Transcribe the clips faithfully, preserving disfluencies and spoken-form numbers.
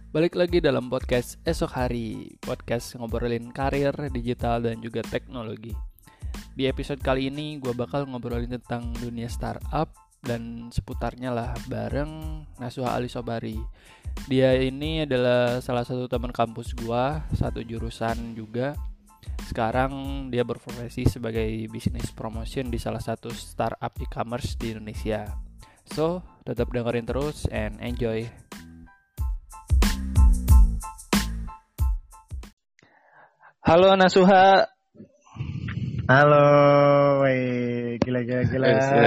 Balik lagi dalam podcast Esok Hari, podcast ngobrolin karir, digital, dan juga teknologi. Di episode kali ini gue bakal ngobrolin tentang dunia startup dan seputarnya lah bareng Nasuha Ali Sobari. Dia ini adalah salah satu teman kampus gue, satu jurusan juga. Sekarang dia berprofesi sebagai bisnis promotion di salah satu startup e-commerce di Indonesia. So, tetap dengerin terus and enjoy. Halo Nasuha. Halo, weh, gila gila gila.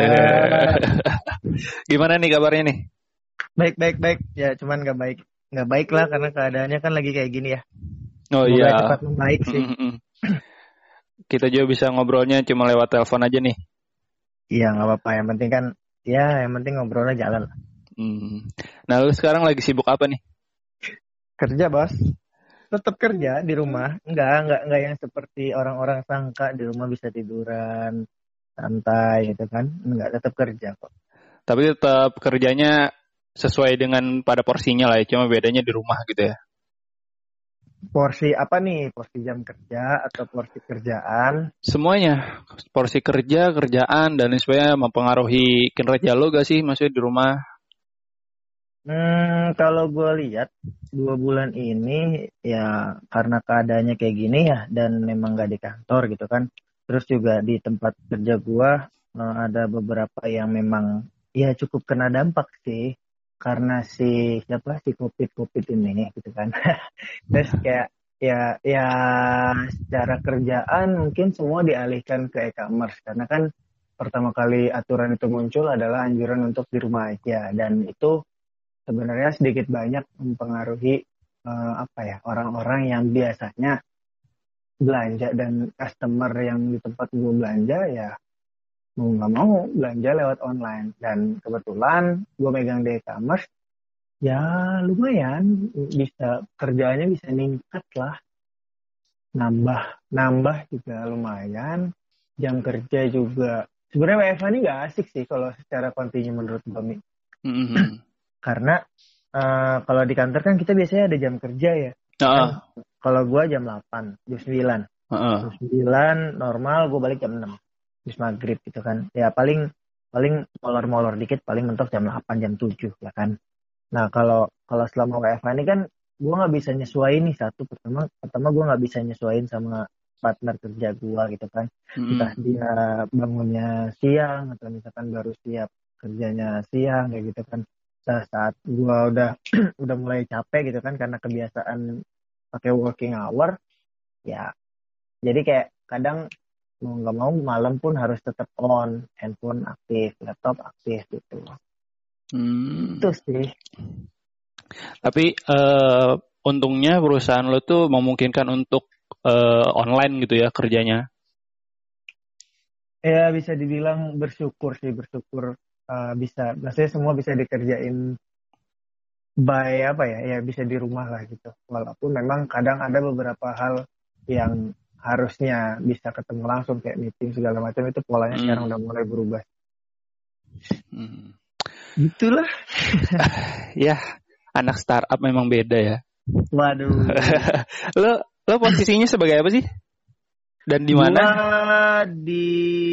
Gimana nih kabarnya nih? Baik baik baik, ya cuman nggak baik nggak baik lah karena keadaannya kan lagi kayak gini ya. Oh Semoga iya. cepat membaik sih. Mm-mm. Kita juga bisa ngobrolnya cuma lewat telepon aja nih. Iya nggak apa-apa, yang penting kan, ya yang penting ngobrolnya jalan. Hmm. Nah lu sekarang lagi sibuk apa nih? Kerja bos, tetap kerja di rumah. Enggak enggak enggak yang seperti orang-orang sangka di rumah bisa tiduran santai gitu kan. Enggak, tetap kerja kok. Tapi tetap kerjanya sesuai dengan pada porsinya lah ya, cuma bedanya di rumah gitu ya. Porsi apa nih? Porsi jam kerja atau porsi kerjaan? Semuanya, porsi kerja, kerjaan, dan lain sebagainya mempengaruhi kinerja lo gak sih maksudnya di rumah? Hmm, kalau gue lihat dua bulan ini ya karena keadaannya kayak gini ya dan memang gak di kantor gitu kan. Terus juga di tempat kerja gue eh, ada beberapa yang memang ya cukup kena dampak sih karena si siapa si covid covid ini gitu kan. Terus kayak ya ya secara kerjaan mungkin semua dialihkan ke e-commerce karena kan pertama kali aturan itu muncul adalah anjuran untuk di rumah aja dan itu sebenarnya sedikit banyak mempengaruhi eh, apa ya orang-orang yang biasanya belanja dan customer yang di tempat gue belanja ya mau nggak mau belanja lewat online dan kebetulan gue megang di e-commerce ya lumayan bisa kerjaannya bisa ningkat lah, nambah nambah juga lumayan, jam kerja juga sebenarnya W F H ini nggak asik sih kalau secara kontinu menurut gue. Mm-hmm. Karena uh, kalau di kantor kan kita biasanya ada jam kerja ya. Uh-uh. Kan kalau gue jam delapan, jam sembilan. Uh-uh. Jam sembilan normal, gue balik jam enam. Habis maghrib gitu kan. Ya paling paling molor-molor dikit paling mentok jam delapan, jam tujuh ya kan. Nah, kalau kalau selama W F H ini kan gue nggak bisa nyesuaiin nih satu pertama pertama gue nggak bisa nyesuaiin sama partner kerja gue gitu kan. Mm-hmm. Entah dia bangunnya siang atau misalkan baru siap kerjanya siang kayak gitu kan. Nah, saat gue udah udah mulai capek gitu kan karena kebiasaan pakai working hour ya jadi kayak kadang mau nggak mau malam pun harus tetap on, handphone aktif, laptop aktif gitu. Hmm. Itu sih. Tapi uh, untungnya perusahaan lo tuh memungkinkan untuk uh, online gitu ya kerjanya. Ya bisa dibilang bersyukur sih, bersyukur uh, bisa, maksudnya semua bisa dikerjain by apa ya, ya bisa di rumah lah gitu. Walaupun memang kadang ada beberapa hal yang harusnya bisa ketemu langsung kayak meeting segala macam itu polanya hmm. sekarang udah mulai berubah. Hmm. Gitulah. Ya, anak startup memang beda ya. Waduh. lo lo posisinya sebagai apa sih? Dan di mana? Di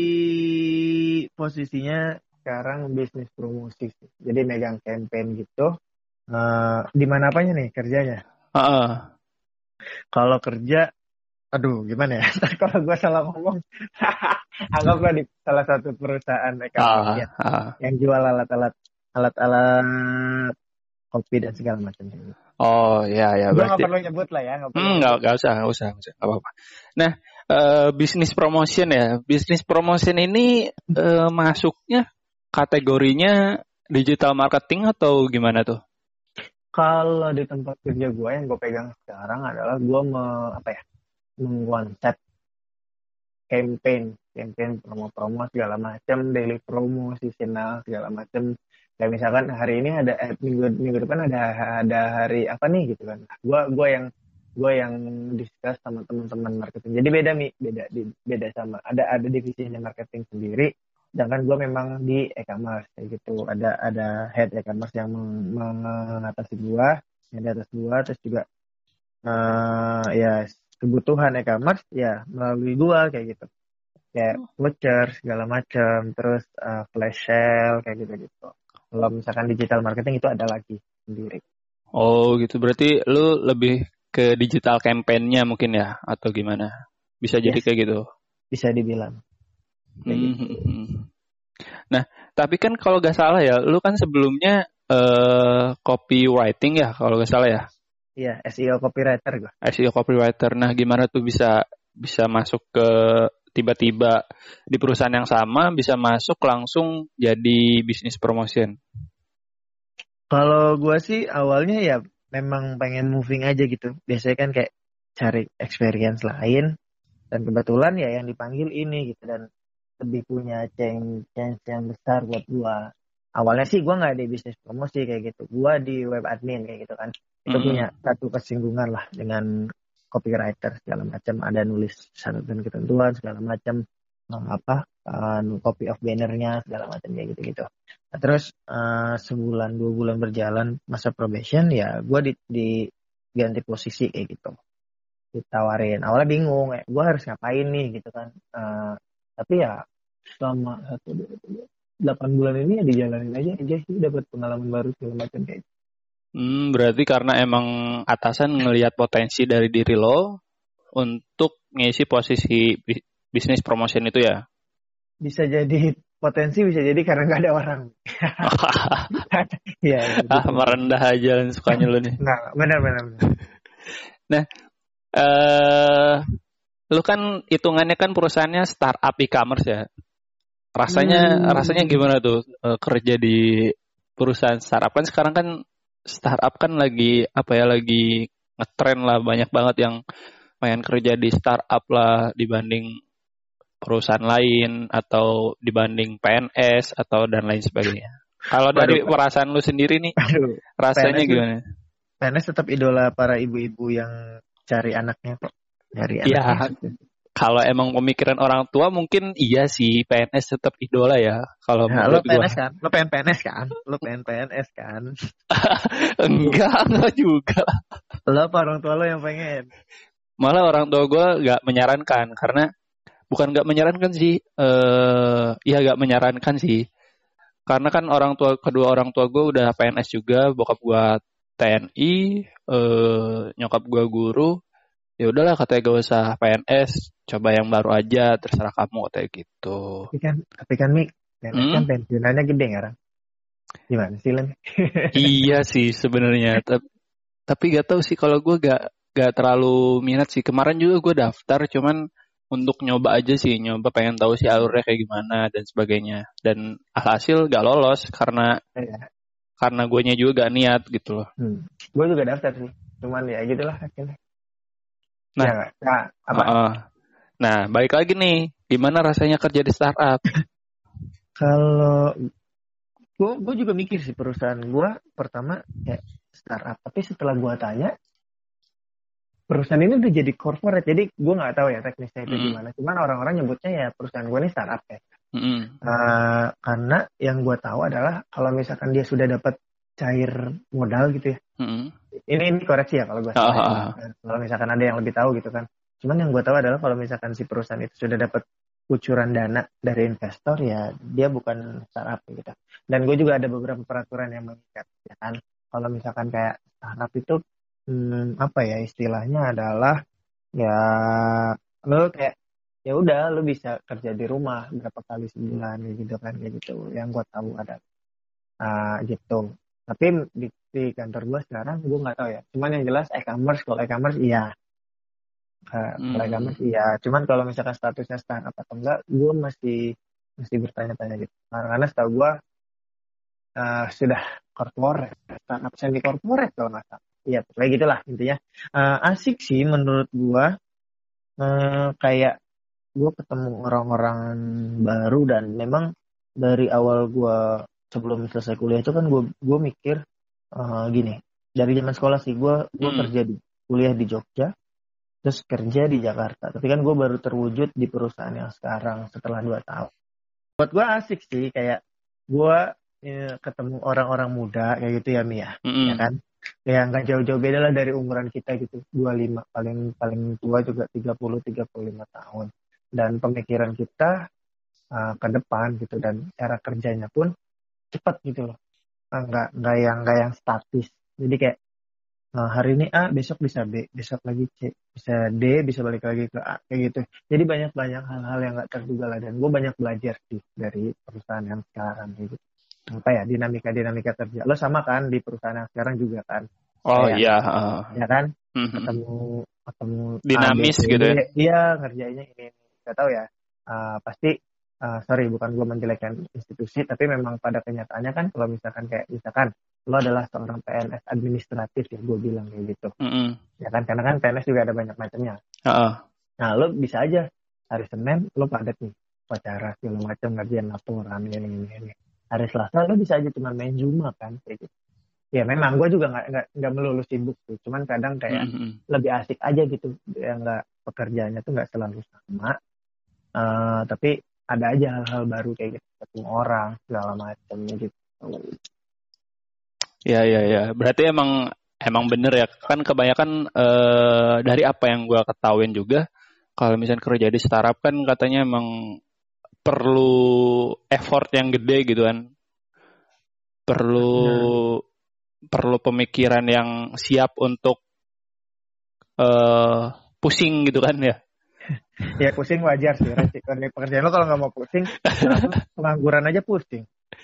posisinya sekarang bisnis promosi. Jadi megang campaign gitu. Uh, di mana apanya nih kerjanya? Uh-uh. Kalau kerja, aduh gimana ya? Kalau gue salah ngomong, anggaplah di salah satu perusahaan e-commerce uh, ya, uh. yang jual alat-alat alat-alat kopi dan segala macam. Oh ya ya. Gue nggak perlu nyebut lah ya. Nggak hmm, nggak usah nggak usah nggak apa-apa. Nah, uh, bisnis promotion ya, bisnis promotion ini uh, masuknya kategorinya digital marketing atau gimana tuh? Kalau di tempat kerja gue yang gue pegang sekarang adalah gue me, apa ya, mengkonsep campaign, campaign promo-promo segala macam, daily promo, seasonal segala macam. Kayak misalkan hari ini ada eh, minggu minggu depan ada ada hari apa nih gitu kan. Gue gue yang gue yang discuss sama teman-teman marketing. Jadi beda mi, beda di, beda sama ada ada divisinya marketing sendiri. Sedangkan gue memang di e-commerce kayak gitu. Ada ada head e-commerce yang mengatasi gue. yang di atas gua, terus juga uh, ya kebutuhan e-commerce ya melalui gua kayak gitu, kayak voucher segala macam, terus uh, flash sale kayak gitu gitu. Kalau misalkan digital marketing itu ada lagi sendiri. Oh gitu, berarti lu lebih ke digital campaign-nya mungkin ya, atau gimana? Bisa jadi Yes, kayak gitu. bisa dibilang kayak Hmm. gitu. Nah, tapi kan kalau gak salah ya, lu kan sebelumnya eh copywriting ya, kalau gak salah ya, Iya, S E O copywriter gua. S E O copywriter. Nah, gimana tuh bisa bisa masuk ke tiba-tiba di perusahaan yang sama bisa masuk langsung jadi bisnis promotion? Kalau gua sih awalnya ya memang pengen moving aja gitu. Biasanya kan kayak cari experience lain, dan kebetulan ya yang dipanggil ini gitu, dan lebih punya chance chance yang besar buat gua. Awalnya sih gua nggak di bisnis promosi kayak gitu, gua di web admin kayak gitu kan. Itu punya Mm-mm. satu kesinggungan lah dengan copywriter segala macam, ada nulis syarat dan ketentuan segala macam, eh, apa uh, copy of bannernya segala macam kayak gitu gitu. Nah, terus uh, sebulan dua bulan berjalan masa probation ya gua di, di ganti posisi kayak gitu, ditawarin. Awalnya bingung, ya gue harus ngapain nih gitu kan. Eh, tapi ya selama satu dua tiga delapan bulan ini ya dijalanin aja aja sih, dapat pengalaman baru segala macam kayak gitu. Hmm, berarti karena emang atasan ngelihat potensi dari diri lo untuk ngisi posisi bi- bisnis promotion itu ya. Bisa jadi potensi, bisa jadi karena nggak ada orang. Ya Ah, gitu. merendah aja sukanya lo nih. Nah, benar benar benar. Nah, eh lu kan hitungannya kan perusahaannya startup e-commerce ya. Rasanya rasanya Hmm, gimana tuh eh, kerja di perusahaan startup? Kan sekarang kan startup kan lagi apa ya, lagi ngetren lah, banyak banget yang pengen kerja di startup lah dibanding perusahaan lain atau dibanding P N S atau dan lain sebagainya. Kalau waduh, dari perasaan lu sendiri nih, aduh. rasanya P N S gimana? P N S tetap idola para ibu-ibu yang cari anaknya kok, cari anaknya Ya, sukses. kalau emang pemikiran orang tua mungkin iya sih, P N S tetap idola ya kalau Nah, lo menurut gua. P N S kan? Lo pengen P N S kan? Lo pengen P N S kan? Enggak, enggak juga. Lo apa orang tua lo yang pengen? Malah orang tua gua nggak menyarankan, karena bukan nggak menyarankan sih, eh ya nggak menyarankan sih. Karena kan orang tua kedua orang tua gue udah P N S juga, bokap gua T N I, eh, nyokap gua guru. Ya udahlah katanya gak usah P N S, coba yang baru aja, terserah kamu katanya gitu. Tapi kan, tapi kan Mik, P N S kan Hmm? pensiunannya gede kan? Gimana sih Len? Iya sih sebenarnya, tapi, tapi gak tahu sih kalau gue gak gak terlalu minat sih. Kemarin juga gue daftar, cuman untuk nyoba aja sih, nyoba pengen tahu sih alurnya kayak gimana dan sebagainya. Dan alhasil gak lolos karena Ya. karena guanya juga gak niat gitu loh. Hmm. Gue juga daftar sih. Cuman ya gitulah akhirnya. Ya Nah, nggak? Nah, apa? uh-uh. Nah balik lagi nih, gimana rasanya kerja di startup? Kalau gue, gue juga mikir sih, perusahaan gue pertama kayak startup. Tapi setelah gue tanya, perusahaan ini udah jadi corporate. Jadi gue nggak tahu ya teknisnya itu Mm-mm. gimana. Cuman orang-orang nyebutnya ya perusahaan gue ini startup ya. Mm-mm. Uh, karena yang gue tahu adalah kalau misalkan dia sudah dapat cair modal gitu ya. Mm-mm. Ini ini koreksi ya kalau gue salah ya. Uh-uh. Kalau misalkan ada yang lebih tahu gitu kan. Cuman yang gue tahu adalah kalau misalkan si perusahaan itu sudah dapat kucuran dana dari investor ya dia bukan startup gitu. Dan gue juga ada beberapa peraturan yang mengikat ya kan. Kalau misalkan kayak startup itu hmm, apa ya istilahnya adalah ya lo kayak ya udah lo bisa kerja di rumah berapa kali sebulan gitu kan kayak gitu. Yang gue tahu ada ah, gitu. Tapi di, di kantor gue sekarang gue nggak tahu ya. Cuman yang jelas e-commerce, kalau e-commerce iya. Eh, Kalau Mm. e-commerce iya. Cuman kalau misalkan statusnya startup atau enggak, gue masih masih bertanya-tanya gitu. Karena, karena setahu gue eh, sudah corporate, startup semi corporate kalau nggak salah. Iya, kayak gitulah intinya. Eh, asik sih menurut gue. Eh, kayak gue ketemu orang-orang baru, dan memang dari awal gue sebelum selesai kuliah itu kan gue gue mikir eh, gini, dari zaman sekolah sih gue gue Mm. kerja di kuliah di Jogja, terus kerja di Jakarta, tapi kan gue baru terwujud di perusahaan yang sekarang setelah dua tahun. Buat gue asik sih, kayak gue eh, ketemu orang-orang muda kayak gitu ya Mia, ya Mm-mm. kan. Ya nggak jauh-jauh beda lah dari umuran kita gitu, dua puluh lima, paling paling tua juga tiga puluh tiga puluh lima tahun. Dan pemikiran kita uh, ke depan gitu, dan cara kerjanya pun cepat gitu loh. Uh, nggak nggak yang nggak yang statis. Jadi kayak uh, hari ini A, besok bisa B, besok lagi C, bisa D, bisa balik lagi ke A, kayak gitu. Jadi banyak-banyak hal-hal yang nggak terduga lah, dan gue banyak belajar sih dari perusahaan yang sekarang kayak gitu. Apa ya, dinamika-dinamika kerja. Lo sama kan di perusahaan yang sekarang juga kan? Oh Kayak iya, uh, ya kan, mhm. ketemu ketemu A B Dinamis C gitu D, ya. iya ngerjainnya ini ini nggak tahu ya. Uh, pasti uh, sorry, bukan gue menjelekkan institusi, tapi memang pada kenyataannya kan, kalau misalkan kayak misalkan lo adalah seorang P N S administratif ya, gue bilang kayak gitu Mhm. ya kan, karena kan P N S juga ada banyak macamnya. Heeh. Nah lo bisa aja hari Senin lo padat nih upacara segala macam, ngerjain laporan ini ini ini. Hari Selasa lo bisa aja cuma main Zuma kan kayak gitu. Ya memang gue juga nggak nggak nggak melulu sibuk tuh, cuman kadang kayak Mhm. lebih asik aja gitu, ya nggak, pekerjaannya tuh nggak selalu sama, uh, tapi ada aja hal-hal baru kayak gitu, ketemu orang segala macam gitu. Ya ya ya. Berarti emang emang bener ya. Kan kebanyakan eh, dari apa yang gua ketahuin juga, kalau misalnya kerja di startup kan katanya emang perlu effort yang gede gitu kan. Perlu Nah, perlu pemikiran yang siap untuk eh pusing gitu kan ya. ya pusing wajar sih, resiko dari pekerjaan lo. Kalau nggak mau pusing, apa, pengangguran aja pusing,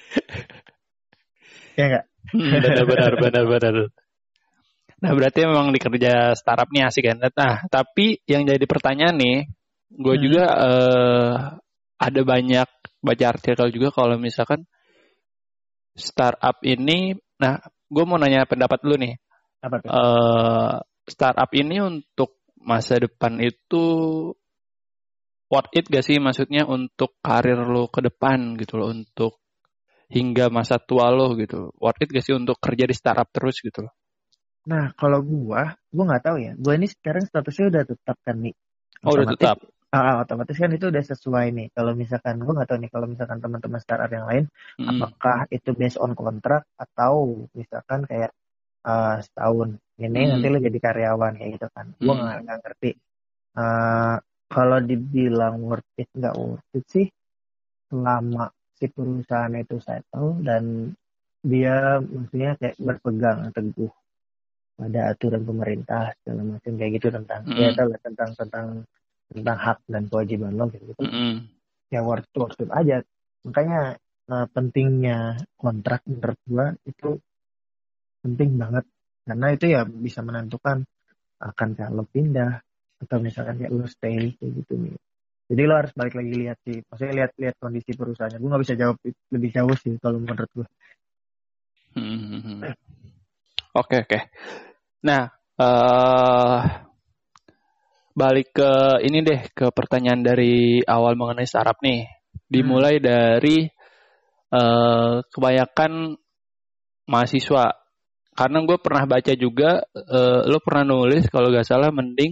ya nggak? Hmm, benar benar benar benar. Nah, berarti memang di kerja startup nih asik kan. Nah, tapi yang jadi pertanyaan nih, gue Hmm, juga eh, ada banyak baca artikel juga kalau misalkan startup ini, nah, gue mau nanya pendapat lu nih. apa tuh? Eh, startup ini untuk masa depan itu worth it gak sih? Maksudnya untuk karir lo ke depan gitu loh, untuk hingga masa tua lo gitu. Worth it gak sih untuk kerja di startup terus gitu loh? Nah, kalau gua, gua nggak tahu ya. Gua ini sekarang statusnya udah tetap kan nih. Oh, udah Otomatis, tetap. ah, otomatis kan itu udah sesuai nih. Kalau misalkan gua nggak tahu nih, kalau misalkan teman-teman startup yang lain, Mm-mm. apakah itu based on kontrak atau misalkan kayak uh, setahun ini nanti Mm-mm. lo jadi karyawan kayak gitu kan. Gua Mm-mm. nggak nggak ngerti. Uh, Kalau dibilang worth it nggak worth it sih, selama si perusahaan itu settle dan dia maksudnya kayak berpegang teguh pada aturan pemerintah segala macam kayak gitu, tentang ya Mm-mm. tahu lah, tentang tentang tentang hak dan kewajiban lo kayak gitu, Mm-mm. ya worth it, worth it aja. Makanya uh, pentingnya kontrak menurut gua itu penting banget, karena itu ya bisa menentukan akan kayak lo pindah atau misalkan kayak lo stay kayak gitu nih. Jadi lo harus balik lagi lihat sih, maksudnya lihat-lihat kondisi perusahaannya. Gue nggak bisa jawab lebih jauh sih kalau menurut gue. Mm-mm. Oke, oke. Nah, eh balik ke ini deh, ke pertanyaan dari awal mengenai startup nih. Hmm. Dimulai dari eh kebanyakan mahasiswa. Karena gue pernah baca juga, eh, lo pernah nulis kalau gak salah mending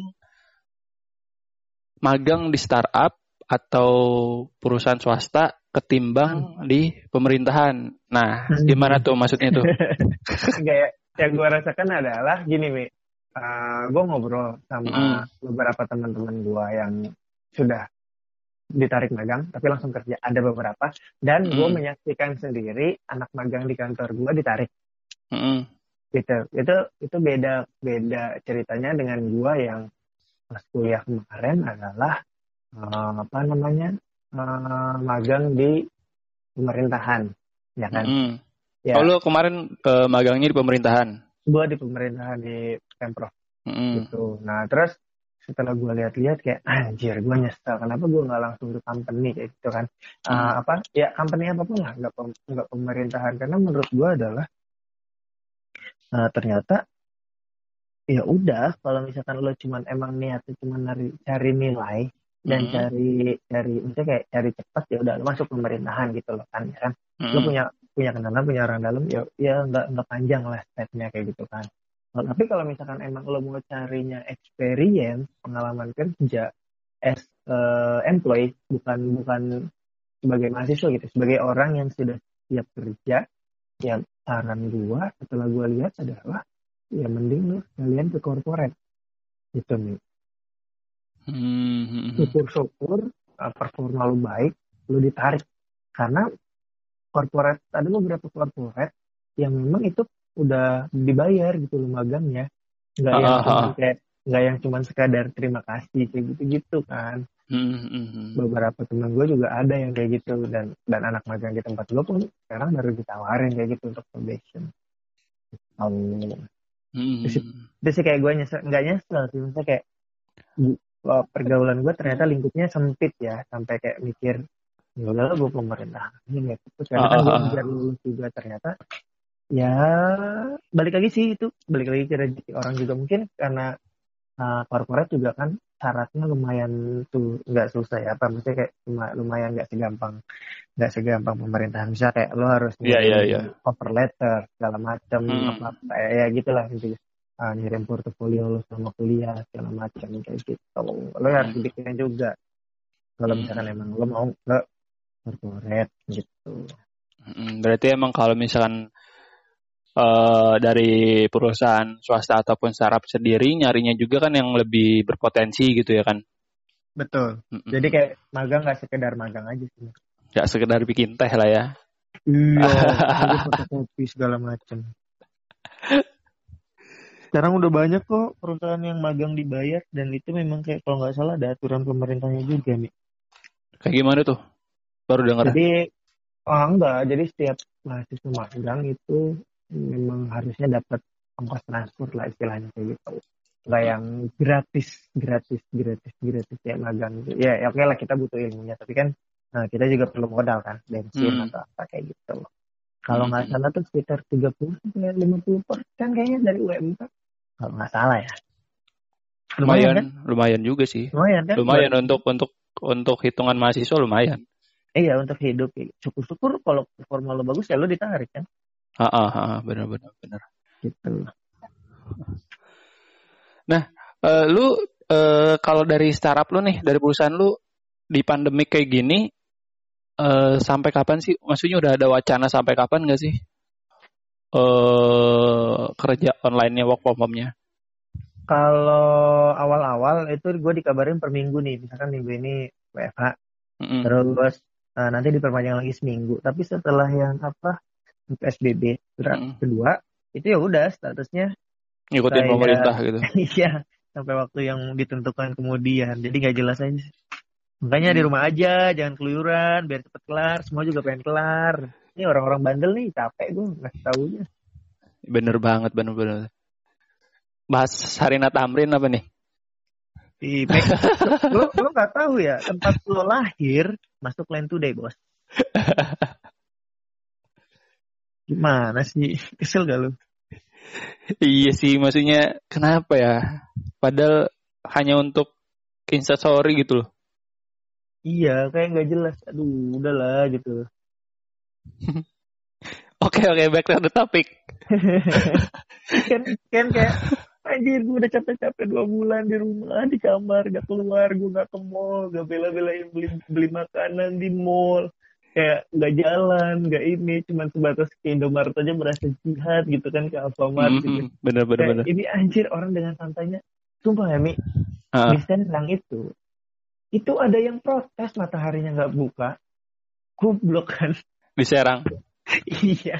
magang di startup atau perusahaan swasta Hmm. ketimbang di pemerintahan. Nah, gimana tuh maksudnya tuh? Kayak yang gue rasakan adalah gini, Mi. Uh, gue ngobrol sama Mm-mm. beberapa teman-teman gue yang sudah ditarik magang tapi langsung kerja. Ada beberapa. Dan gue Mm-mm. menyaksikan sendiri anak magang di kantor gue ditarik. Mm-mm. Gitu. Itu itu beda beda ceritanya dengan gue yang pas kuliah kemarin adalah uh, apa namanya uh, magang di pemerintahan, ya kan? Mm-mm. Oh, Ya, lo kemarin eh, magangnya di pemerintahan? gue di pemerintahan di Pemprov Mm-mm. gitu. Nah, terus setelah gue lihat-lihat kayak anjir, gue nyesel kenapa gue nggak langsung ke company kayak gitu kan. Uh, Mm-mm. apa ya, company apapun lah, nggak pem- nggak pemerintahan, karena menurut gue adalah uh, ternyata ya udah, kalau misalkan lo cuman emang niatnya cuma cari cari nilai dan Mm-mm. cari cari misalnya kayak cari cepat, ya udah lo masuk pemerintahan gitu loh kan, ya kan. Lo Mm-mm. punya punya kenalan, punya orang dalam, ya ya nggak nggak panjang lah stepnya kayak gitu kan. Nah, tapi kalau misalkan emang lo mau carinya experience, pengalaman kerja as uh, employee, bukan bukan sebagai mahasiswa gitu, sebagai orang yang sudah siap kerja, ya saran gua setelah gua lihat adalah ya mending lu kalian ke corporate gitu nih. Hmm. Syukur-syukur uh, performa lu baik, lu ditarik. Karena corporate, ada beberapa corporate yang memang itu udah dibayar gitu loh magangnya. Nggak Ah, yang ah, cuman ah. kayak, nggak yang cuman sekadar terima kasih kayak gitu-gitu kan. Hmm, hmm, hmm. Beberapa temen gue juga ada yang kayak gitu, dan dan anak magang di tempat gue pun sekarang baru ditawarin kayak gitu untuk probation. Oh, Hmm. itu sih, itu sih kayak gue nyesel, nggak nyesel sih, maksudnya kayak bu- uh, pergaulan gue ternyata lingkupnya sempit ya, sampai kayak mikir ya udahlah gue pemerintah ini nggak fokus, Ah, karena kan ah, gue ah. ngejar lulus juga ternyata. Ya balik lagi sih, itu balik lagi ke rezeki orang juga mungkin, karena uh, corporate juga kan syaratnya lumayan tuh nggak susah ya, apa maksudnya kayak cuma lumayan nggak segampang nggak segampang pemerintahan. Bisa kayak lo harus Iya, iya, iya. ngirim cover letter segala macam, Hmm. apa apa ya gitulah intinya. Uh, ngirim portofolio lo sama kuliah segala macam kayak gitu, lo harus Hmm. dipikirin juga kalau misalkan Hmm. emang lo mau ke corporate gitu. Hmm. Berarti emang kalau misalkan eh, dari perusahaan swasta ataupun startup sendiri nyarinya juga kan yang lebih berpotensi gitu ya kan? Betul. Jadi Hmm. kayak magang nggak sekedar magang aja sih. Gak sekedar bikin teh lah ya. Iya, apalagi fotokopi segala macam. Sekarang udah banyak kok perusahaan yang magang dibayar, dan itu memang kayak kalau nggak salah ada aturan pemerintahnya juga nih. Kayak gimana tuh? Baru denger. Jadi, oh enggak, jadi setiap mahasiswa magang itu memang harusnya dapat ongkos transport lah istilahnya kayak gitu. Nggak yang gratis, gratis, gratis, gratis kayak magang gitu. Ya, ya oke lah kita butuh ilmunya, tapi kan nah, kita juga perlu modal kan, bensin Hmm. atau apa kayak gitu. Kalau nggak Hmm. salah tuh sekitar tiga puluh sampai lima puluh persen kayaknya dari U M K. Kalau nggak salah ya. Lumayan Lumayan, kan? lumayan juga sih. Lumayan kan buat, Lumayan untuk untuk untuk hitungan mahasiswa lumayan. iya untuk hidup. Syukur-syukur kalau performa lo bagus ya lo ditarik kan. Ah, ah, ah, benar benar benar. Gitu. Nah, eh, lu eh, kalau dari startup lu nih, dari perusahaan lu di pandemik kayak gini eh, sampai kapan sih? Maksudnya udah ada wacana sampai kapan nggak sih? Eh kerja online-nya, work from home-nya. Kalau awal-awal itu gue dikabarin per minggu nih. Misalkan minggu ini W F H. Mm-mm. Terus uh, nanti diperpanjang lagi seminggu. Tapi setelah yang apa P S B B Mm-mm. kedua, itu ya udah statusnya Ngikutin pemerintah kayak gitu. iya sampai waktu yang ditentukan kemudian. Jadi nggak jelas aja. Makanya di Mm. rumah aja, jangan keluyuran, biar cepet kelar. Semua juga pengen kelar. Ini orang-orang bandel nih, capek gue nggak tahunya. Bener banget, bener-bener. Bahas Sarina Tamrin apa nih? Di Mac, lo lo nggak tahu ya tempat lo lahir masuk Line Today bos. Gimana sih, kesel gak lo? Iya sih, maksudnya kenapa ya? Padahal hanya untuk instastory gitu loh. Iya, kayak nggak jelas. Aduh, udahlah gitu. Oke oke, back to the topic. kan kan kayak anjir, gue udah capek-capek dua bulan di rumah di kamar, gak keluar, gue gak ke mall, gak bela-belain beli beli makanan di mall, kayak nggak jalan, nggak ini, cuman sebatas ke Indomaret aja berasa jihad gitu kan, ke Alfamart gitu. Mm-hmm. Bener bener Kayak bener. ini anjir orang dengan santainya. Sumpah ya Mi, Ah, di Sendang itu, itu ada yang protes mataharinya nggak buka, goblok kan. di Serang. Iya.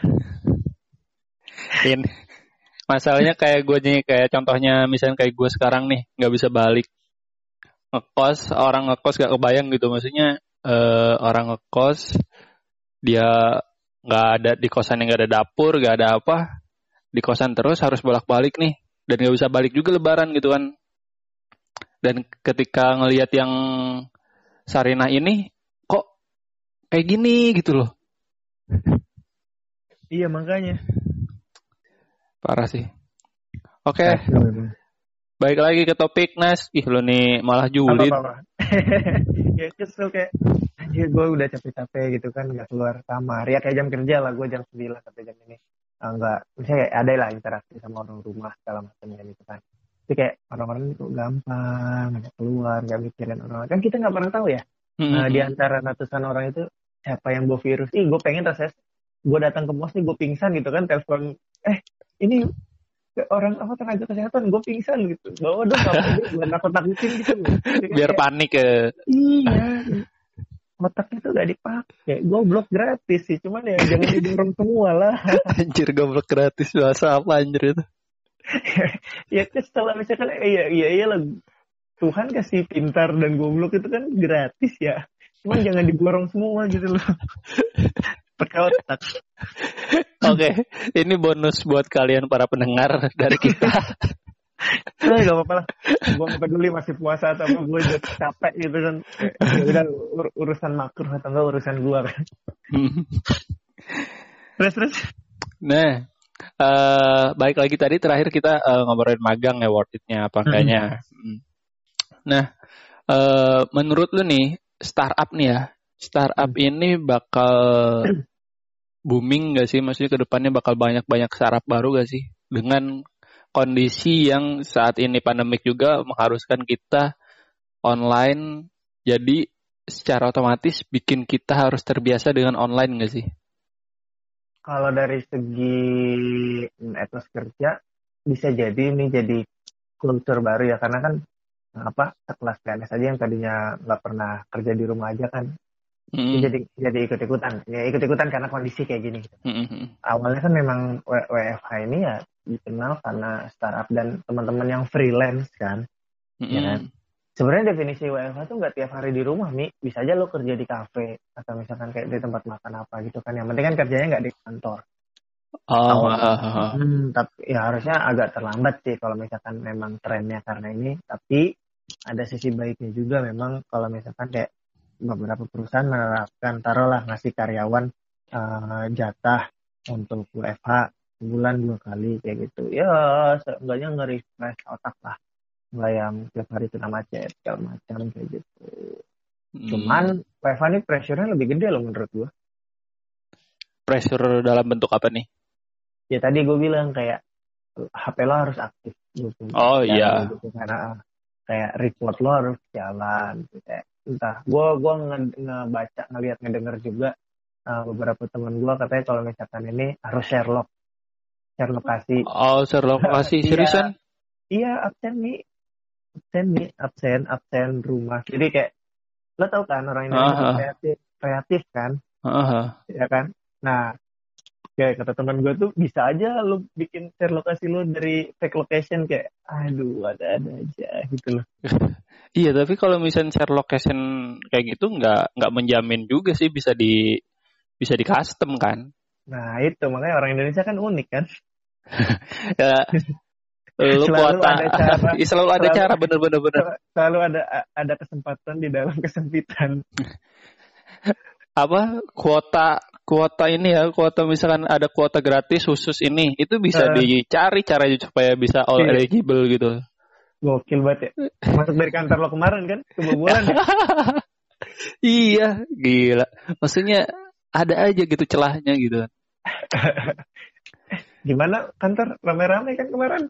Ini masalahnya kayak gue nih, kayak contohnya misalnya kayak gue sekarang nih nggak bisa balik ngekos, orang ngekos gak kebayang gitu, maksudnya eh, orang ngekos dia nggak ada di kosan yang nggak ada dapur, nggak ada apa, di kosan terus harus bolak-balik nih, dan nggak bisa balik juga Lebaran gitu kan. Dan ketika ngelihat yang Sarinah ini kok kayak gini gitu loh, Iya makanya. parah sih. Oke, Kacau emang. balik lagi ke topik Nas. Ih lo nih malah Apa julid. apa apa. Ya kesel kayak anjir, gue udah capek-capek gitu kan, nggak keluar kamar. Ya kayak jam kerja lah, gue jam sembilan sampai jam ini. Ah, nggak, misalnya kayak ada lah interaksi sama orang rumah segala macam gitu kan. Tapi kayak orang-orang itu gampang, nggak keluar, nggak mikirin orang lain. Kan kita nggak pernah tahu ya. Uh, di antara ratusan orang itu siapa yang bawa virus. Ih, gue pengen rasanya gue datang ke pos nih, gue pingsan gitu kan, telepon, eh ini orang apa tenaga kesehatan, gue pingsan gitu. Bawa dong apa aja, gue nakut-nakutin gitu. Jadi Biar kayak, panik ya. iya, otaknya tuh gak dipakai. Goblok gratis sih, cuman ya jangan didorong semua lah. Anjir goblok gratis bahasa apa anjir itu? Ya kan setelah misalkan, eh, iya iya iya lah, Tuhan kasih pintar dan goblok itu kan gratis ya. Cuman jangan diborong semua gitu loh. Pakai otak. Oke, ini bonus buat kalian para pendengar dari kita. Nah, gak apa-apa lah. Gue gak peduli masih puasa atau apa, gue udah capek gitu kan. Ya udah ur- urusan makruh atau enggak urusan gue kan. Terus terus. Nah, uh, balik lagi tadi terakhir kita uh, ngobrolin magang ya, worth it-nya apa enggaknya. Hmm. Nah, uh, menurut lu nih startup nih ya, startup hmm. ini bakal booming gak sih? Maksudnya ke depannya bakal banyak-banyak startup baru gak sih? Dengan kondisi yang saat ini pandemik juga mengharuskan kita online, jadi secara otomatis bikin kita harus terbiasa dengan online gak sih? Kalau dari segi etos kerja bisa jadi ini jadi kultur baru ya, karena kan apa kelas P N S aja yang tadinya nggak pernah kerja di rumah aja kan, hmm. jadi jadi ikut-ikutan ya ikut-ikutan karena kondisi kayak gini gitu. Hmm. Awalnya kan memang W F H ini ya dikenal karena startup dan teman-teman yang freelance kan, hmm. ya kan. Sebenarnya definisi W F H tuh nggak tiap hari di rumah, Mi. Bisa aja lo kerja di kafe atau misalkan kayak di tempat makan apa gitu kan. Yang penting kan kerjanya nggak di kantor. Oh, uh, uh, uh. Hmm, tapi ya harusnya agak terlambat sih kalau misalkan memang trennya karena ini. Tapi ada sisi baiknya juga memang kalau misalkan kayak beberapa perusahaan menerapkan, taruhlah ngasih karyawan uh, jatah untuk W F H sebulan dua kali kayak gitu. Ya seenggaknya nge-refresh otak lah. Nggak yang tiap hari kena macet, segala macam kayak gitu. Hmm. Cuman W F H ini pressure-nya lebih gede loh menurut gue. Pressure dalam bentuk apa nih? Ya tadi gue bilang kayak H P lo harus aktif. Gitu. Oh iya. Gitu. Karena kayak report lo harus jalan. Gitu. Entah, gue gue nge- ngebaca, ngeliat, ngedenger juga uh, beberapa teman gue katanya kalau misalkan ini harus share log. Share lokasi. Oh, share lokasi. Seriusan? Iya, absen nih. absen nih, absen, absen rumah. Jadi kayak, lo tau kan orang Indonesia uh-huh. kreatif, kreatif kan? Uh-huh. Ya kan? Nah, kayak kata teman gue tuh, bisa aja lo bikin share lokasi lo dari fake location kayak, aduh, ada-ada aja gitu loh. Iya, tapi kalau misalnya share location kayak gitu, nggak nggak menjamin juga sih bisa di bisa di custom kan? Nah itu, makanya orang Indonesia kan unik kan? Ya. Lu selalu kuota, ada cara, selalu ada selalu, cara bener-bener bener. Selalu ada ada kesempatan di dalam kesempitan. Apa kuota kuota ini ya, kuota misalkan ada kuota gratis khusus ini, itu bisa uh, dicari caranya supaya bisa all iya. eligible gitu. Gokil banget ya. Masuk dari kantor lo kemarin kan, kebobolan ya. Iya, gila. Maksudnya ada aja gitu celahnya gitu. Gimana kantor rame-rame kan kemarin?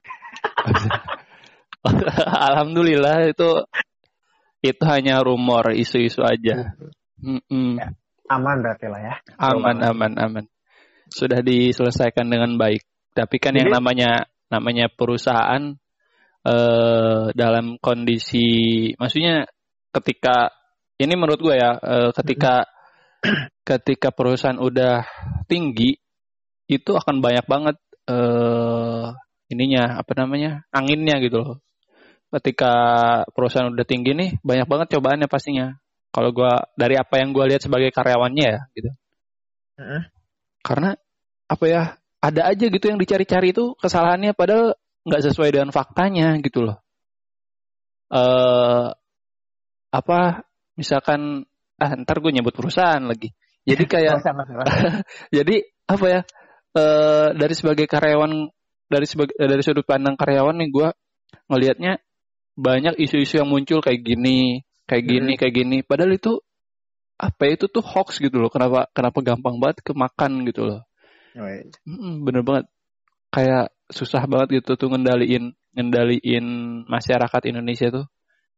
Alhamdulillah itu itu hanya rumor, isu-isu aja. Ya, aman berarti lah ya. Aman, aman, aman. Sudah diselesaikan dengan baik. Tapi kan jadi, yang namanya namanya perusahaan eh, dalam kondisi, maksudnya ketika ini menurut gue ya, eh, ketika ketika perusahaan udah tinggi itu akan banyak banget uh, ininya apa namanya anginnya gitu loh. Ketika perusahaan udah tinggi nih banyak banget cobaannya pastinya. Kalau gue dari apa yang gue lihat sebagai karyawannya ya gitu. Uh-huh. Karena apa ya ada aja gitu yang dicari-cari itu kesalahannya padahal nggak sesuai dengan faktanya gitu loh. Uh, apa misalkan ah ntar gue nyebut perusahaan lagi. Jadi kayak jadi apa ya? Uh, dari sebagai karyawan dari sebagai dari sudut pandang karyawan nih gue ngelihatnya banyak isu-isu yang muncul kayak gini kayak gini hmm. kayak gini padahal itu apa itu tuh hoax gitu loh. Kenapa kenapa gampang banget kemakan gitu loh. Oh, iya. hmm, bener banget kayak susah banget gitu tuh ngendaliin ngendaliin masyarakat Indonesia tuh.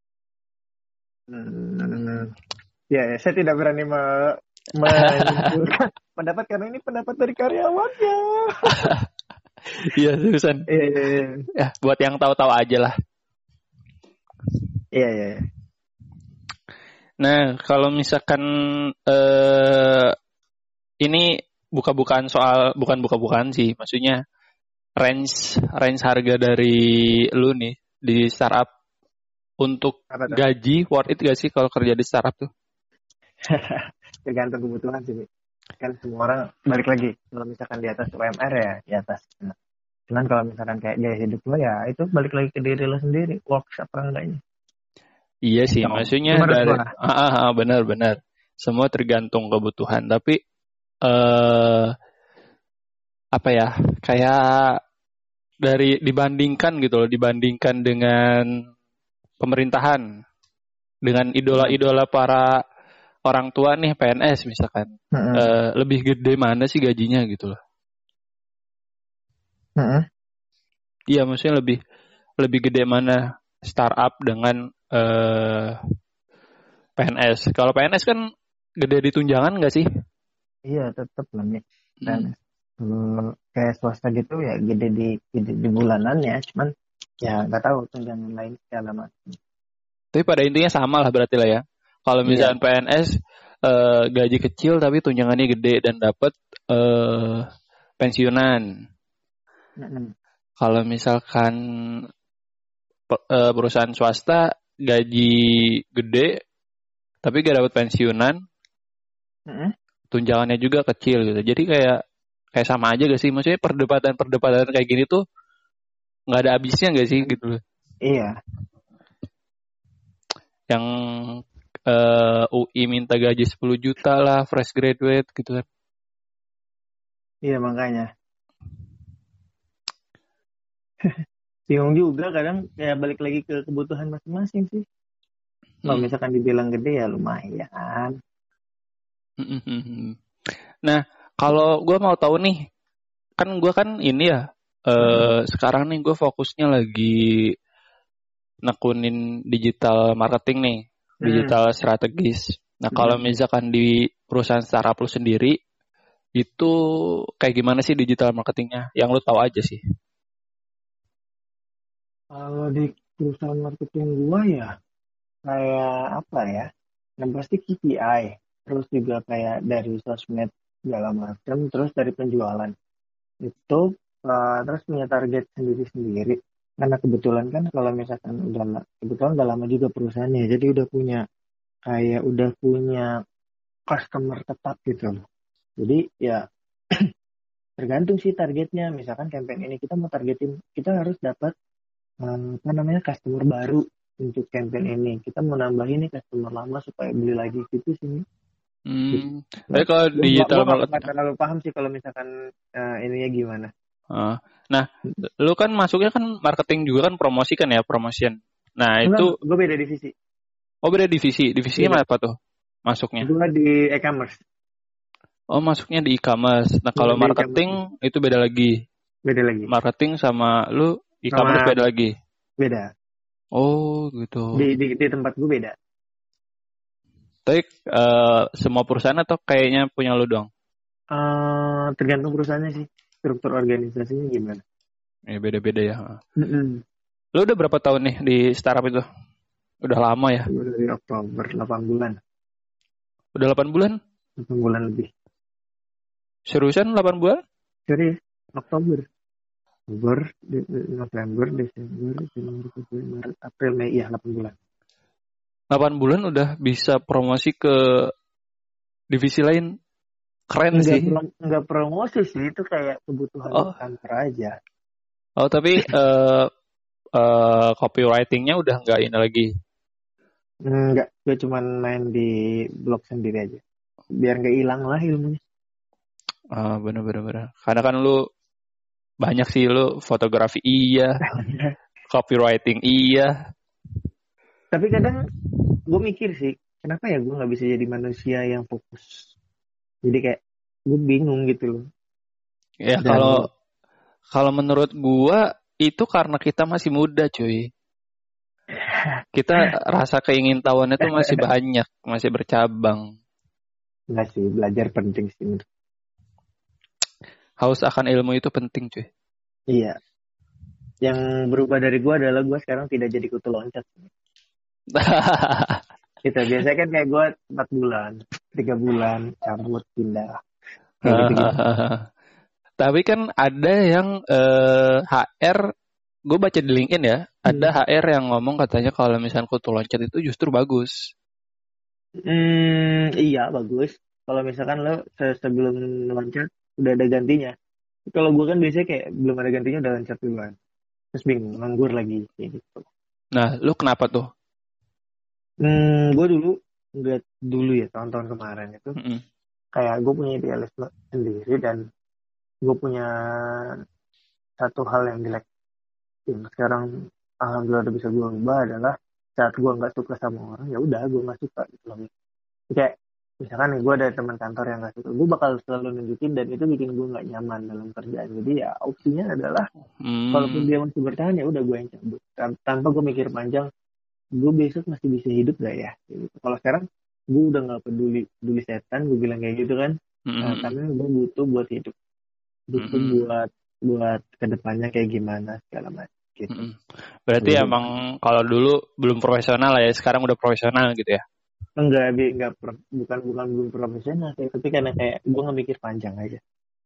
Hmm. Ya, ya saya tidak berani me- menyimpulkan pendapat karena ini pendapat dari karyawannya. Iya seriusan. Iya, iya, iya. Ya, buat yang tahu-tahu aja lah. Iya, iya. Nah, kalau misalkan eh ini buka-bukaan soal bukan buka-bukaan sih, maksudnya range range harga dari lu nih di startup untuk Apa tuh? gaji worth it gak sih kalau kerja di startup tuh? Tergantung kebutuhan sih. Kan semua orang balik lagi. Kalau misalkan di atas U M R ya di atas. Nah, cuman kalau misalkan kayak gaya hidup lo ya itu balik lagi ke diri lo sendiri. Works apa enggaknya. Iya sih, Gitu. maksudnya Menurut dari gua. ah, ah, ah, benar-benar semua tergantung kebutuhan. Tapi eh apa ya? Kayak dari dibandingkan gitu loh, dibandingkan dengan pemerintahan, dengan idola-idola para orang tua nih P N S misalkan, Mm-mm. eh, lebih gede mana sih gajinya gitu loh? Mm-mm. Iya, maksudnya lebih lebih gede mana startup dengan eh, P N S. Kalau P N S kan gede di tunjangan nggak sih? Iya tetap lah nih. Dan Hmm. hmm, kayak swasta gitu ya gede di gede di bulanan ya. Cuman ya nggak tahu tunjangan lain segala macam. Tapi pada intinya sama lah berarti lah ya. Kalau Iya. misalnya P N S eh, gaji kecil tapi tunjangannya gede dan dapat eh, pensiunan. Mm-mm. Kalau misalkan pe- eh, perusahaan swasta gaji gede tapi gak dapat pensiunan, Mm-mm. tunjangannya juga kecil gitu. Jadi kayak kayak sama aja gak sih? Maksudnya perdebatan-perdebatan kayak gini tuh nggak ada habisnya gak sih gitu loh. Iya. Yang eh, U I minta gaji sepuluh juta lah, fresh graduate gitu kan. Iya makanya. Bingung juga kadang ya balik lagi ke kebutuhan masing-masing sih. Kalau Hmm. misalkan dibilang gede ya lumayan. Nah, kalau gue mau tahu nih, kan gue kan ini ya, eh, sekarang nih gue fokusnya lagi nekunin digital marketing nih, Hmm. digital strategis. Nah, kalau Hmm. misalkan di perusahaan startup lu sendiri, itu kayak gimana sih digital marketingnya? Yang lu tahu aja sih. Kalau di perusahaan marketing gua ya kayak apa ya? Yang pasti K P I, terus juga kayak dari sosmed segala macam, terus dari penjualan itu uh, terus punya target sendiri-sendiri. Karena kebetulan kan kalau misalkan udah la- kebetulan udah lama juga perusahaannya, jadi udah punya kayak udah punya customer tetap gitu loh. Jadi ya tergantung sih targetnya. Misalkan campaign ini kita mau targetin, kita harus dapat eh, apa namanya customer baru untuk campaign ini. Kita mau nambahin nih customer lama supaya beli lagi gitu sih. Gitu. Hmm. Tapi Nah, kalau gua, gua, digital gua nggak marketing, nggak terlalu paham sih kalau misalkan eh, ininya gimana. ah. Nah, lu kan masuknya kan marketing juga kan promosi kan ya, promotion. Nah, Enggak, itu, enggak, gue beda divisi. oh beda divisi. Divisinya Beda. apa tuh masuknya? Gue di e-commerce. Oh, masuknya di e-commerce. Nah, Iya, kalau di e-commerce. marketing itu beda lagi. Beda lagi. Marketing sama lu e-commerce Sama beda lagi. beda. Oh, gitu. Di, di, di tempat gue beda. Tapi eh, semua perusahaan atau kayaknya punya lu doang? Eh, tergantung perusahaannya sih. Struktur organisasinya gimana. Ya, beda-beda ya. Mm-mm. Lu udah berapa tahun nih di startup itu? Udah lama ya? Gue dari Oktober, delapan bulan. Udah delapan bulan? delapan bulan lebih. Seriusan delapan bulan? Serius, Oktober. Oktober, de- de- November, Desember, Januari, Februari, Maret, April, Mei. Iya, delapan bulan. delapan bulan udah bisa promosi ke divisi lain. Keren Enggak, sih. pro- enggak promosi sih. Itu kayak kebutuhan Oh, kantor aja. oh tapi eh eh, copywriting-nya udah nggak ini lagi. Enggak, gue cuma main di blog sendiri aja. Biar nggak hilang lah ilmunya. Ah, bener-bener. Karena kan lu banyak sih lu fotografi iya, copywriting iya. Tapi kadang gue mikir sih, kenapa ya gue nggak bisa jadi manusia yang fokus. Jadi kayak gue bingung gitu loh. Ya Dan kalau kalau menurut gua itu karena kita masih muda, cuy. Kita rasa keingintahuannya tuh masih banyak, masih bercabang. enggak sih, belajar penting sih. Haus akan ilmu itu penting, cuy. Iya. Yang berubah dari gue adalah gue sekarang tidak jadi kutu loncat. Gitu. Biasanya kan kayak gue empat bulan, tiga bulan, cabut, pindah. Kayak gitu-gitu. Tapi kan ada yang eh, H R, gue baca di LinkedIn ya, ada Hmm. H R yang ngomong katanya kalau misalnya kutu loncat itu justru bagus. Hmm, iya bagus. Kalau misalkan lo se- sebelum loncat udah ada gantinya. Kalau gue kan biasanya kayak belum ada gantinya udah loncat duluan. Terus bingung, nganggur lagi kayak gitu. Nah, lu kenapa tuh? Hmm, gue dulu nggak dulu ya tahun-tahun kemarin itu Mm-mm. kayak gue punya idealisme sendiri dan gue punya satu hal yang jelek yang sekarang alhamdulillah udah bisa gue ubah adalah saat gue nggak suka sama orang ya udah gue nggak suka gitu loh. Kayak misalkan nih gue ada teman kantor yang nggak suka gue bakal selalu nunjukin dan itu bikin gue nggak nyaman dalam kerjaan. Jadi ya opsinya adalah kalaupun Hmm. dia masih bertahan ya udah gue yang cabut. Tan- tanpa gue mikir panjang gue besok masih bisa hidup gak ya kayak gitu. Kalau sekarang gue udah nggak peduli peduli setan gue bilang kayak gitu kan. Nah, Mm-mm. karena gue butuh buat hidup, butuh Mm-mm. buat buat kedepannya kayak gimana segala macam gitu. Mm-mm. Berarti Gitu. emang kalau dulu belum profesional lah ya, sekarang udah profesional gitu ya? Enggak, Bi, enggak pro- bukan bukan belum profesional kayak tapi karena kayak gue nggak mikir panjang aja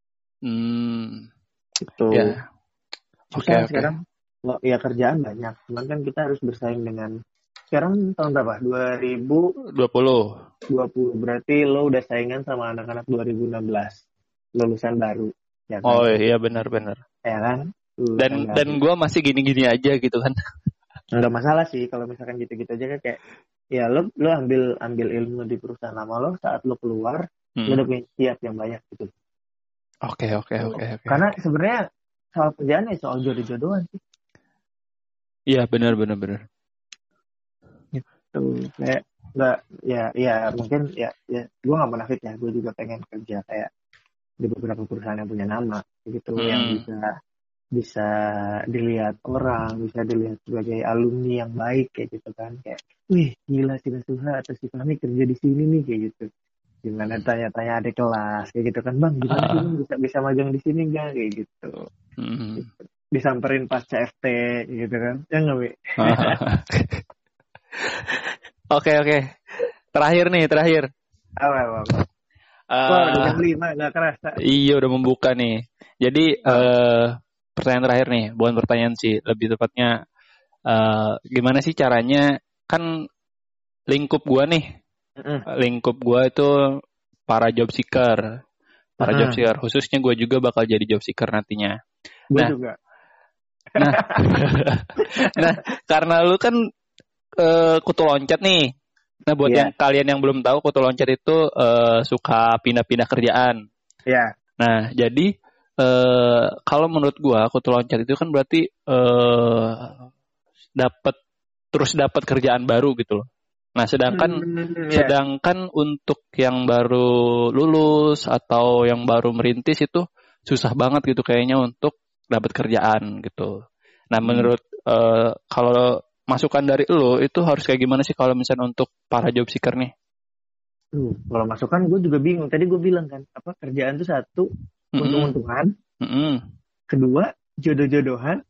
Hmm. gitu. Ya, oke Susah oke. sekarang. Wah, ya kerjaan banyak cuman kan kita harus bersaing dengan sekarang tahun berapa dua ribu dua puluh. dua puluh berarti lo udah saingan sama anak-anak dua ribu enam belas lulusan baru ya kan. Oh iya benar-benar. Ya kan Dan lulusan dan baru gue masih gini-gini aja gitu kan. nggak masalah sih kalau misalkan gitu-gitu aja kan kayak ya lo lo ambil ambil ilmu di perusahaan lama lo saat lo keluar lo Hmm. udah punya siap yang banyak gitu. Oke oke oke oke Karena oke. sebenarnya soal kerjaan ya soal jodoh-jodohan sih. Iya benar benar benar. Gitu. Kayak nggak ya ya mungkin ya ya gue nggak munafik ya gue juga pengen kerja kayak di beberapa perusahaan yang punya nama gitu yang Hmm. bisa bisa dilihat orang bisa dilihat sebagai alumni yang baik kayak gitu kan kayak wih gila si Nasuha atau si Fahmi kerja di sini nih kayak gitu gimana tanya-tanya adik kelas kayak gitu kan bang gimana sih bang bisa bisa magang di sini enggak kayak gitu. Hmm. Disamperin pas C F T gitu kan ya nggak Wi? Oke oke. Terakhir nih terakhir. Apa apa apa. Wah udah Eh jam lima nggak kerasa. iya udah membuka nih. Jadi Oh. eh pertanyaan terakhir nih, bukan pertanyaan sih, lebih tepatnya eh gimana sih caranya kan lingkup gua nih, Mm-mm. lingkup gua itu para job seeker, para job Mm-mm. seeker, khususnya gua juga bakal jadi job seeker nantinya. Gue Nah, juga. nah, nah, karena lu kan eh, kutu loncat nih. Nah, buat yang Iya. kalian yang belum tahu, kutu loncat itu eh, suka pindah-pindah kerjaan. Iya. Nah, jadi eh, kalau menurut gua kutu loncat itu kan berarti eh, dapat terus dapat kerjaan baru gitu loh. Nah, sedangkan Hmm, iya. sedangkan untuk yang baru lulus atau yang baru merintis itu susah banget gitu kayaknya untuk dapat kerjaan gitu. Nah, Hmm. menurut eh, kalau masukan dari lo itu harus kayak gimana sih kalau misalnya untuk para job seeker nih? Uh, kalau masukan gue juga bingung. Tadi gue bilang kan, apa kerjaan itu satu Mm-mm, untung-untungan, mm-mm, kedua jodoh-jodohan.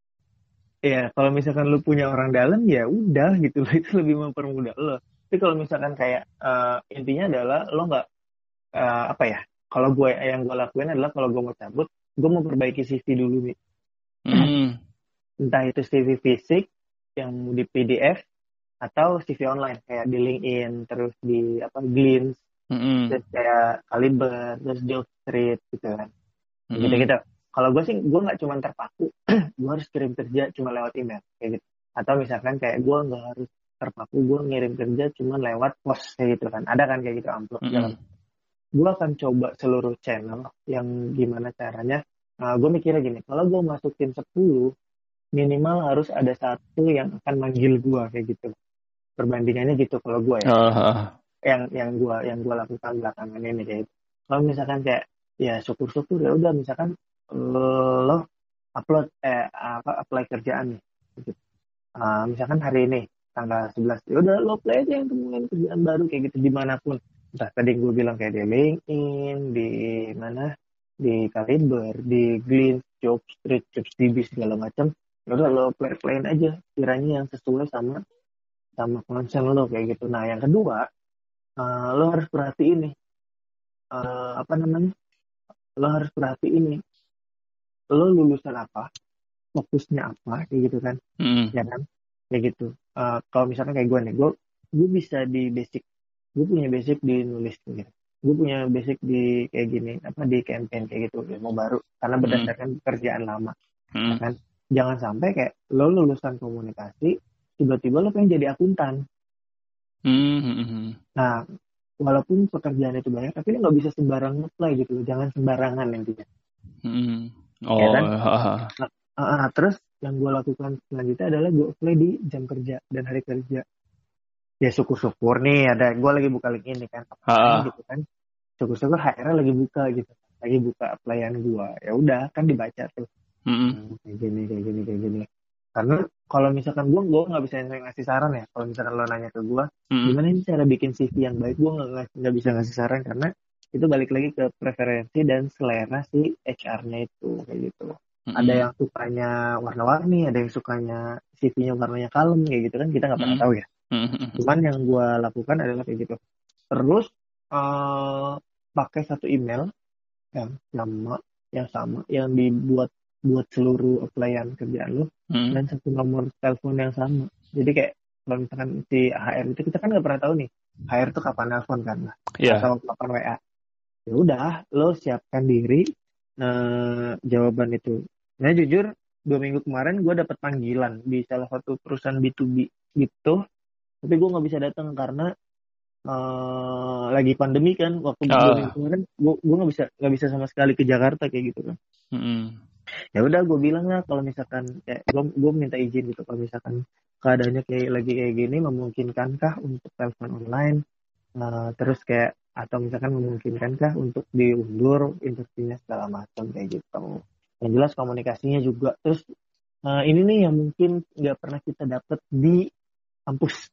Ya kalau misalkan lu punya orang dalam ya udah gitu loh itu lebih mempermudah lo. Tapi kalau misalkan kayak eh, intinya adalah lo nggak eh, apa ya? Kalau gue yang gue lakuin adalah kalau gue mau cabut, gue mau perbaiki C V dulu nih. mm-mm, Entah itu C V fisik yang di P D F atau C V online kayak di LinkedIn terus di apa Glints mm-mm, terus kayak Kaliber terus Jobstreet gitu kan gitu mm-mm, gitu. Kalau gue sih gue nggak cuma terpaku gue harus kirim kerja cuma lewat email kayak gitu atau misalkan kayak gue nggak harus terpaku gue ngirim kerja cuma lewat pos kayak gitu kan ada kan kayak gitu amplop segala mm-mm, macam. Gue akan coba seluruh channel yang gimana caranya. Nah, gue mikirnya gini kalau gue masukin sepuluh minimal harus ada satu yang akan manggil gue kayak gitu perbandingannya gitu kalau gue ya ah, ah, yang yang gue yang gue lakukan belakangan ini kayak gitu. Kalau misalkan kayak ya syukur-syukur ya udah misalkan eh, lo upload eh apa apply kerjaan nih gitu. Ah, misalkan hari ini tanggal sebelas ya udah lo apply aja yang temuin kerjaan baru kayak gitu dimanapun entah tadi gue bilang kayak di LinkedIn di mana di Kaliber, di Glint, Jobstreet, Jobsdb segala macam. Udah lo play playin aja kiranya yang sesuai sama sama concern lo kayak gitu. Nah yang kedua, uh, lo harus perhatiin nih uh, apa namanya, lo harus perhatiin nih lo lulusan apa, fokusnya apa kayak gitu kan. Mm. Ya kan kayak gitu. Uh, kalau misalkan kayak gue nih, gue gue bisa di basic, gue punya basic di nulis gitu, gue punya basic di kayak gini apa di campaign kayak gitu, ilmu baru karena Mm. berdasarkan pekerjaan lama. Mm. Ya kan, jangan sampai kayak lo lulusan komunikasi tiba-tiba lo pengen jadi akuntan. Mm. Nah walaupun pekerjaan itu banyak tapi lo nggak bisa sembarangan apply gitu loh, jangan sembarangan intinya. Mm. Oh Ya kan. uh, Nah, uh, terus yang gue lakukan selanjutnya adalah gue apply di jam kerja dan hari kerja. Ya syukur-syukur nih ada, gue lagi buka link ini kan, uh, gitu kan, syukur-syukur H R lagi buka gitu, lagi buka applyan gue, ya udah kan dibaca tuh. mm. Hmm, kayak gini kayak gini kayak gini. Karena kalau misalkan gue gue nggak bisa ngasih saran ya, kalau misalkan lo nanya ke gue Mm. gimana ini cara bikin C V yang baik, gue nggak nggak bisa ngasih saran karena itu balik lagi ke preferensi dan selera si H R-nya itu kayak gitu. Mm. Ada yang sukanya warna-warni, ada yang sukanya C V-nya warnanya kalem kayak gitu kan, kita nggak pernah Mm. tahu ya. Mm. Cuman yang gue lakukan adalah kayak gitu. Terus uh, pakai satu email yang sama, yang sama, yang dibuat buat seluruh applyan kerjaan lo, mm. dan satu nomor telepon yang sama. Jadi kayak kalau misalkan si H R itu kita kan nggak pernah tahu nih H R itu kapan nelfon kan, yeah. atau kapan W A. Ya udah, lo siapkan diri uh, jawaban itu. Nah jujur dua minggu kemarin gue dapat panggilan di salah satu perusahaan B to B gitu. Tapi gue nggak bisa datang karena uh, lagi pandemi kan. Waktu uh. dua minggu kemarin gue gue nggak bisa nggak bisa sama sekali ke Jakarta kayak gitu kan. Mm. Ya udah gue bilang lah kalau misalkan kayak gue gue minta izin gitu kalau misalkan keadaannya kayak lagi kayak gini, memungkinkankah untuk telepon online, uh, terus kayak atau misalkan memungkinkankah untuk diundur interviewnya segala macam kayak gitu. Yang jelas komunikasinya juga. Terus uh, ini nih yang mungkin nggak pernah kita dapat di kampus.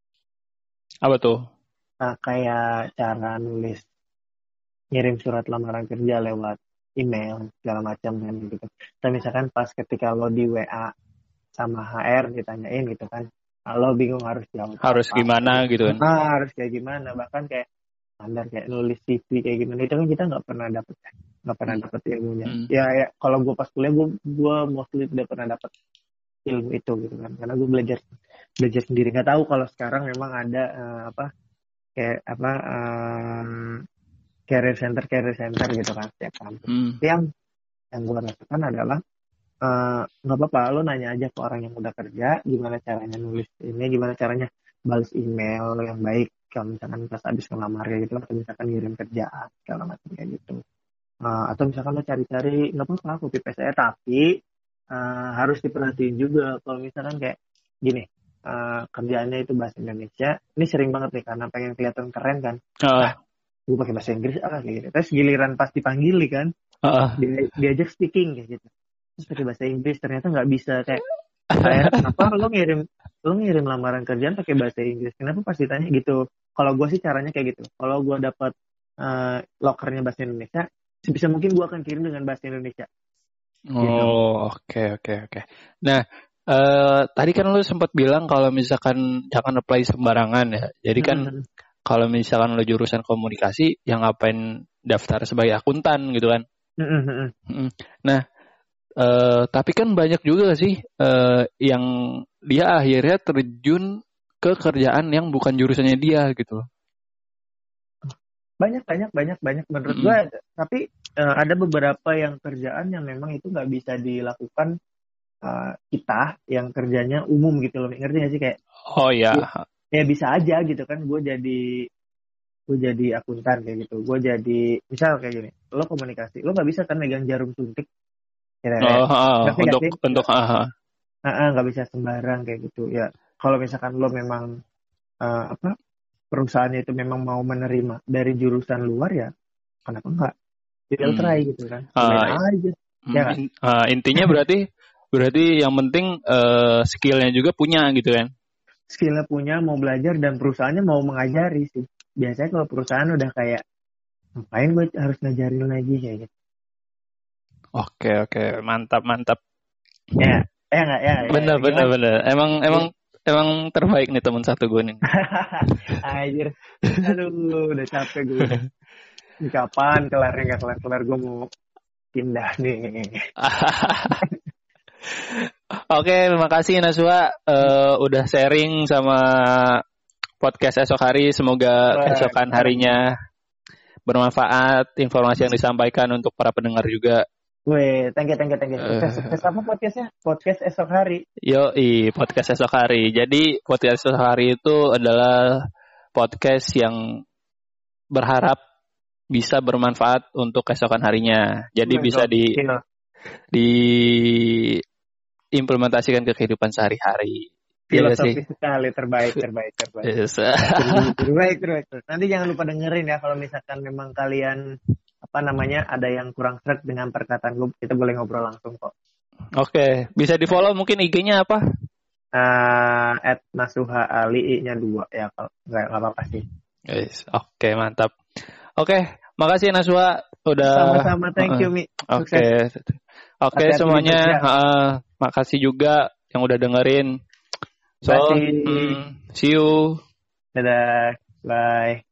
Apa tuh? Nah, kayak cara nulis, ngirim surat lamaran kerja lewat email segala macam kan gitu. Dan misalkan pas ketika lo di W A sama H R ditanyain gitu kan, lo bingung harus jawab harus apa, gimana gitu kan. Nah, harus kayak gimana, bahkan kayak standar kayak nulis C V kayak gimana itu kan kita nggak pernah dapet nggak pernah dapet ilmunya. Hmm. Ya, ya kalau gue pas kuliah gue gue mostly tidak pernah dapet ilmu itu gitu kan, karena gue belajar belajar sendiri. Nggak tahu kalau sekarang memang ada uh, apa kayak apa um, career center career center gitu kan setiap kampus. Hmm. Yang yang gue lakukan adalah nggak uh, apa-apa lo nanya aja ke orang yang udah kerja gimana caranya nulis ini, gimana caranya balas email yang baik kalau misalkan pas habis ngelamar kayak gitu, atau misalkan ngirim kerjaan segala macam kayak gitu. Uh, atau misalkan lo cari-cari nggak apa-apa copy paste aja, tapi uh, harus diperhatiin juga kalau misalkan kayak gini. Uh, kerjaannya itu bahasa Indonesia, ini sering banget nih karena pengen kelihatan keren kan, uh. nah, gue pakai bahasa Inggris ah kayak gitu. Terus giliran pas dipanggil kan, uh. dia, diajak speaking kayak gitu, terus pakai bahasa Inggris ternyata nggak bisa kayak, kayak kenapa lo ngirim lo ngirim lamaran kerjaan pakai bahasa Inggris, kenapa pas ditanya gitu. Kalau gue sih caranya kayak gitu, kalau gue dapat uh, lokernya bahasa Indonesia, sebisa mungkin gue akan kirim dengan bahasa Indonesia. Oh oke oke oke. Nah. Uh, tadi kan lu sempat bilang kalau misalkan jangan apply sembarangan ya. Jadi kan mm-hmm. kalau misalkan lu jurusan komunikasi, yang ngapain daftar sebagai akuntan gitu kan. Mm-hmm. Nah, uh, tapi kan banyak juga sih uh, yang dia akhirnya terjun ke kerjaan yang bukan jurusannya dia gitu. Banyak banyak banyak banyak menurut mm-hmm. gue. Tapi uh, ada beberapa yang kerjaan yang memang itu nggak bisa dilakukan Uh, kita yang kerjanya umum gitu loh, ngerti gak sih kayak oh ya ya, ya bisa aja gitu kan, gue jadi gue jadi akuntan kayak gitu, gue jadi misal kayak gini, lo komunikasi lo nggak bisa kan megang jarum suntik ya, oh, uh, untuk sih? untuk nggak uh, uh, uh, bisa sembarang kayak gitu ya. Kalau misalkan lo memang uh, apa perusahaannya itu memang mau menerima dari jurusan luar ya kenapa enggak, tinggal hmm. try gitu kan, uh, aja hmm, ya kan? uh, intinya berarti Berarti yang penting uh, skill-nya juga punya gitu kan? Skill-nya punya, mau belajar, dan perusahaannya mau mengajari sih. Biasanya kalau perusahaan udah kayak, ngapain gue harus ngajarin lagi kayak gitu. Oke oke, mantap mantap. Ya, ya nggak ya. Bener ya, bener bener. Emang emang emang terbaik nih teman satu gue nih. Anjir, aduh, udah capek gue. Ini kapan kelarnya nggak kelar kelar gue mau pindah nih. Oke, terima kasih Naswa uh, udah sharing sama podcast esok hari. Semoga keesokan harinya bermanfaat informasi yang disampaikan untuk para pendengar juga. Weh, thank you, thank you, thank you. Sukses, sukses apa podcastnya? Podcast esok hari. Yo, i podcast esok hari. Jadi podcast esok hari itu adalah podcast yang berharap bisa bermanfaat untuk keesokan harinya. Jadi Weh, bisa di gila. diimplementasikan ke kehidupan sehari-hari. Filosofi ya, sekali, terbaik, terbaik, terbaik. Yes. terbaik, terbaik. Nanti jangan lupa dengerin ya kalau misalkan memang kalian apa namanya ada yang kurang seret dengan perkataan gue, kita boleh ngobrol langsung kok. Oke, bisa di follow mungkin I G-nya apa? Uh, at Nasuha Ali nya dua ya, kalau nggak nggak apa-apa sih. Yes. Oke, mantap. Oke, makasih Nasuha udah. Sama-sama, thank you Mi. Oke, oke semuanya. Uh, makasih juga yang udah dengerin. So, mm, see you. Dadah, bye.